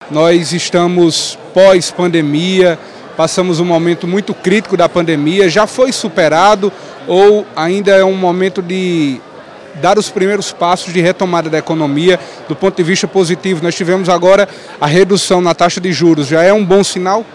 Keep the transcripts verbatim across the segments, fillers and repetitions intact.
Nós estamos pós-pandemia, passamos um momento muito crítico da pandemia, já foi superado ou ainda é um momento de dar os primeiros passos de retomada da economia do ponto de vista positivo? Nós tivemos agora a redução na taxa de juros, já é um bom sinal?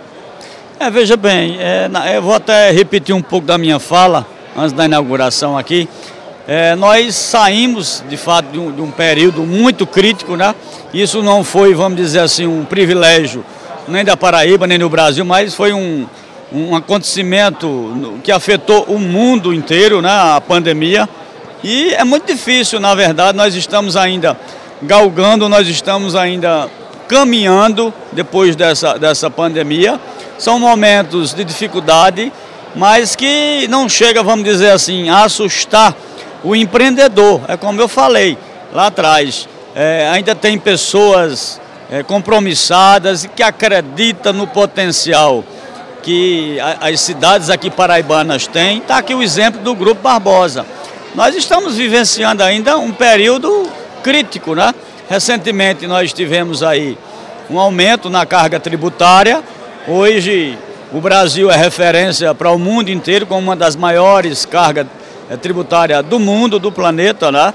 É, veja bem, é, eu vou até repetir um pouco da minha fala antes da inauguração aqui. É, nós saímos, de fato, de um, de um período muito crítico, né? Isso não foi, vamos dizer assim, um privilégio nem da Paraíba, nem do Brasil, mas foi um, um acontecimento que afetou o mundo inteiro, né? A pandemia. E é muito difícil, na verdade, nós estamos ainda galgando, nós estamos ainda caminhando depois dessa, dessa pandemia. São momentos de dificuldade, mas que não chega, vamos dizer assim, a assustar o empreendedor. É como eu falei lá atrás, é, ainda tem pessoas é, compromissadas e que acreditam no potencial que a, as cidades aqui paraibanas têm. Está aqui o exemplo do Grupo Barbosa. Nós estamos vivenciando ainda um período crítico, né? Recentemente nós tivemos aí um aumento na carga tributária. Hoje o Brasil é referência para o mundo inteiro como uma das maiores cargas tributárias do mundo, do planeta, né?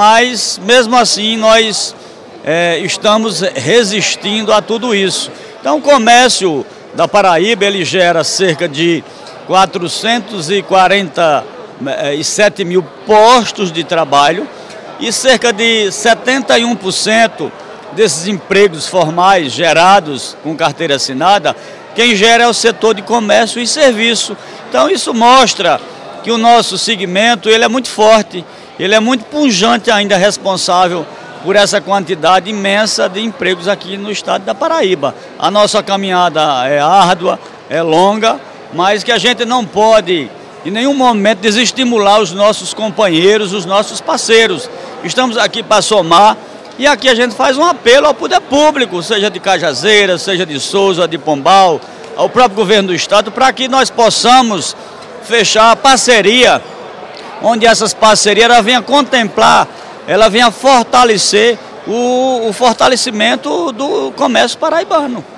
Mas mesmo assim nós é, estamos resistindo a tudo isso. Então o comércio da Paraíba ele gera cerca de quatrocentos e quarenta e sete mil postos de trabalho e cerca de setenta e um por cento desses empregos formais gerados com carteira assinada, quem gera é o setor de comércio e serviço. Então isso mostra que o nosso segmento ele é muito forte, ele é muito pujante ainda, responsável por essa quantidade imensa de empregos aqui no estado da Paraíba. A nossa caminhada é árdua, é longa, mas que a gente não pode em nenhum momento desestimular os nossos companheiros, os nossos parceiros. Estamos aqui para somar e aqui a gente faz um apelo ao poder público, seja de Cajazeiras, seja de Souza, de Pombal, ao próprio governo do estado, para que nós possamos fechar a parceria, onde essas parcerias ela venha contemplar, ela venha fortalecer o, o fortalecimento do comércio paraibano.